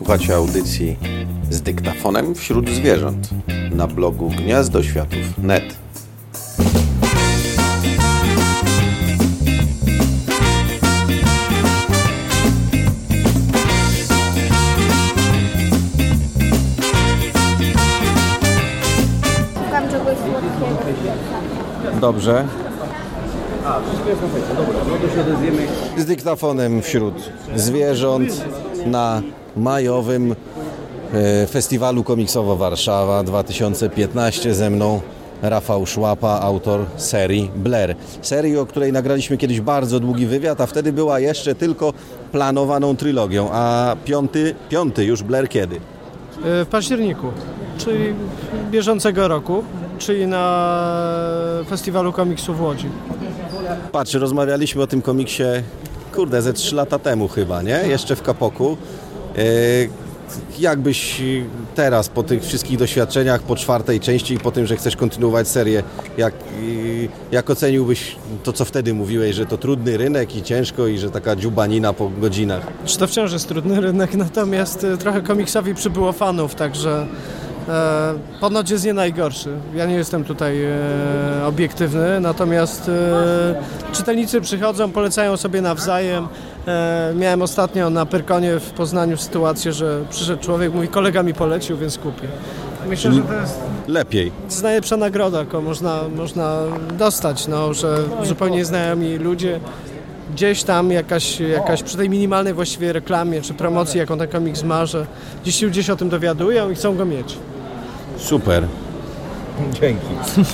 Słuchacie audycji z dyktafonem wśród zwierząt na blogu gniazdoświatów.net. Szukam czegoś słodkiego. Dobrze. Wszystko jest na fejsie. Dobra, no to się odezwiemy z dyktafonem wśród zwierząt na majowym Festiwalu Komiksowo Warszawa 2015. Ze mną Rafał Szłapa, autor serii Blair. Serii, o której nagraliśmy kiedyś bardzo długi wywiad, a wtedy była jeszcze tylko planowaną trylogią. A piąty już Blair kiedy? W październiku, czyli bieżącego roku, czyli na Festiwalu Komiksu w Łodzi. Patrz, rozmawialiśmy o tym komiksie, ze 3 lata temu chyba, nie? Jeszcze w Kapoku. Jak byś teraz, po tych wszystkich doświadczeniach, po 4. części i po tym, że chcesz kontynuować serię, jak oceniłbyś to, co wtedy mówiłeś, że to trudny rynek i ciężko i że taka dziubanina po godzinach? Czy to wciąż jest trudny rynek, natomiast trochę komiksowi przybyło fanów, także ponoć jest nie najgorszy. Ja nie jestem tutaj obiektywny, natomiast czytelnicy przychodzą, polecają sobie nawzajem. Miałem ostatnio na Pyrkonie w Poznaniu sytuację, że przyszedł człowiek, mówi, kolega mi polecił, więc kupię. Myślę, że to jest lepiej. To jest najlepsza nagroda, jaką można dostać, że zupełnie znajomi ludzie gdzieś tam jakaś przy tej minimalnej właściwie reklamie czy promocji, jaką ten komiks ma, że gdzieś ci ludzie się o tym dowiadują i chcą go mieć. Super. Dzięki.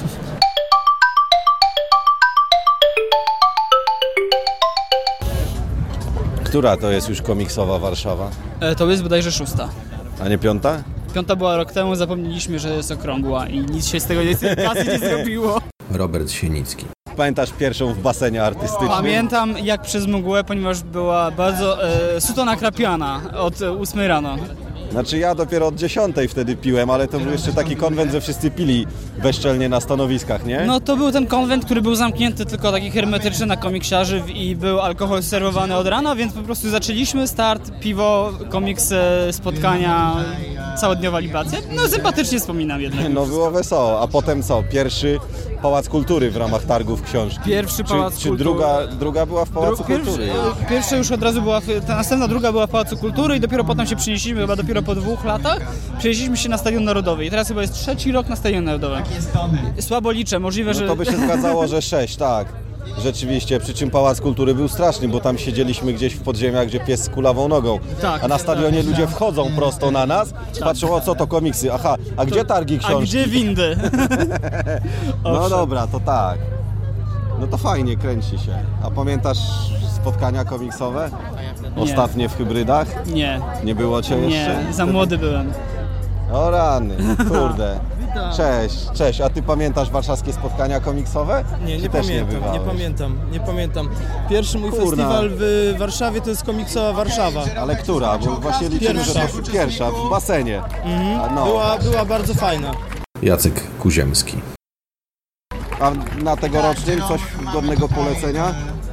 Która to jest już komiksowa Warszawa? To jest bodajże 6. A nie 5? 5 była rok temu, zapomnieliśmy, że jest okrągła i nic się z tego kasy nie zrobiło. Robert Sienicki. Pamiętasz pierwszą w basenie artystycznym? Pamiętam jak przez mgłę, ponieważ była bardzo suto nakrapiana od 8 rano. Znaczy ja dopiero od 10 wtedy piłem, ale to był jeszcze taki konwent, że wszyscy pili bezczelnie na stanowiskach, nie? No to był ten konwent, który był zamknięty tylko taki hermetyczny na komiksiarzy i był alkohol serwowany od rana, więc po prostu zaczęliśmy start, piwo, komiks, spotkania, całodniowa libacja. No sympatycznie wspominam jednak. No było wesoło, a potem co? Pierwszy Pałac Kultury w ramach targów książki. Pierwszy Pałac Kultury. Czy druga była w Pałacu Kultury? Pierwsza już od razu była, ta następna druga była w Pałacu Kultury i dopiero potem się przenieśliśmy, chyba dopiero po 2 latach, przenieśliśmy się na Stadion Narodowy i teraz chyba jest 3. rok na Stadion Narodowy. Słabo liczę, możliwe, że... No to by się zgadzało, że 6, tak. Rzeczywiście, przy czym Pałac Kultury był straszny, bo tam siedzieliśmy gdzieś w podziemiach, gdzie pies z kulawą nogą. Tak, a na stadionie ludzie wchodzą prosto na nas, patrzą, o co to komiksy, aha, a gdzie targi książki? A gdzie windy? No dobra, to tak. No to fajnie, kręci się. A pamiętasz spotkania komiksowe? Ostatnie w hybrydach? Nie. Nie było cię jeszcze? Nie, za młody byłem. O rany, kurde. Cześć. A ty pamiętasz warszawskie spotkania komiksowe? Nie pamiętam. Pierwszy mój festiwal w Warszawie to jest Komiksowa Warszawa. Ale która? Bo właśnie liczymy, że to jest pierwsza, w basenie. No. Była bardzo fajna. Jacek Kuziemski. A na tegorocznym coś godnego polecenia?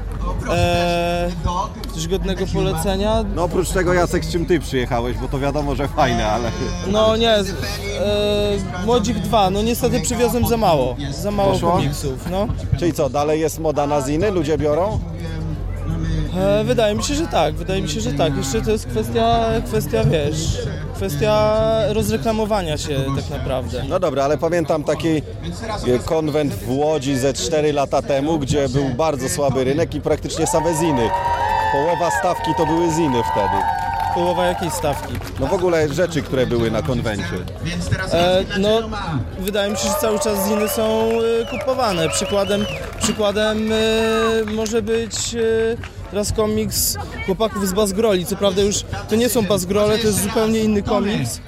Coś godnego polecenia? No oprócz tego, Jacek, z czym ty przyjechałeś, bo to wiadomo, że fajne, ale... No nie, Młodzik 2, no niestety przywiozłem za mało komiksów, no. Czyli co, dalej jest moda na ziny? Ludzie biorą? Wydaje mi się, że tak. Jeszcze to jest kwestia rozreklamowania się tak naprawdę. No dobra, ale pamiętam taki konwent w Łodzi ze 4 lata temu, gdzie był bardzo słaby rynek i praktycznie same ziny. Połowa stawki to były ziny wtedy. Połowa jakiej stawki? No w ogóle rzeczy, które były na konwencie. No, wydaje mi się, że cały czas ziny są kupowane. Przykładem może być teraz komiks chłopaków z Bazgroli. Co prawda już to nie są Bazgrole, to jest zupełnie inny komiks.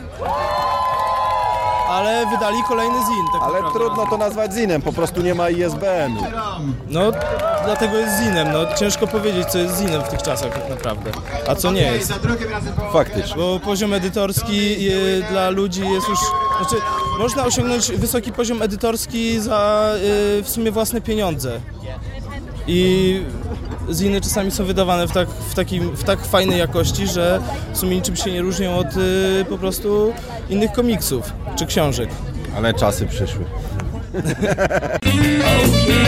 Ale wydali kolejny zin. Tak ale naprawdę. trudno to nazwać zinem, po prostu nie ma ISBN-u. No, dlatego jest zinem. No, ciężko powiedzieć, co jest zinem w tych czasach tak naprawdę, a co nie jest. Faktycznie. Bo poziom edytorski dla ludzi jest już... Znaczy, można osiągnąć wysoki poziom edytorski za w sumie własne pieniądze. I ziny czasami są wydawane w tak fajnej jakości, że w sumie niczym się nie różnią od po prostu innych komiksów czy książek. Ale czasy przyszły. Oh yeah.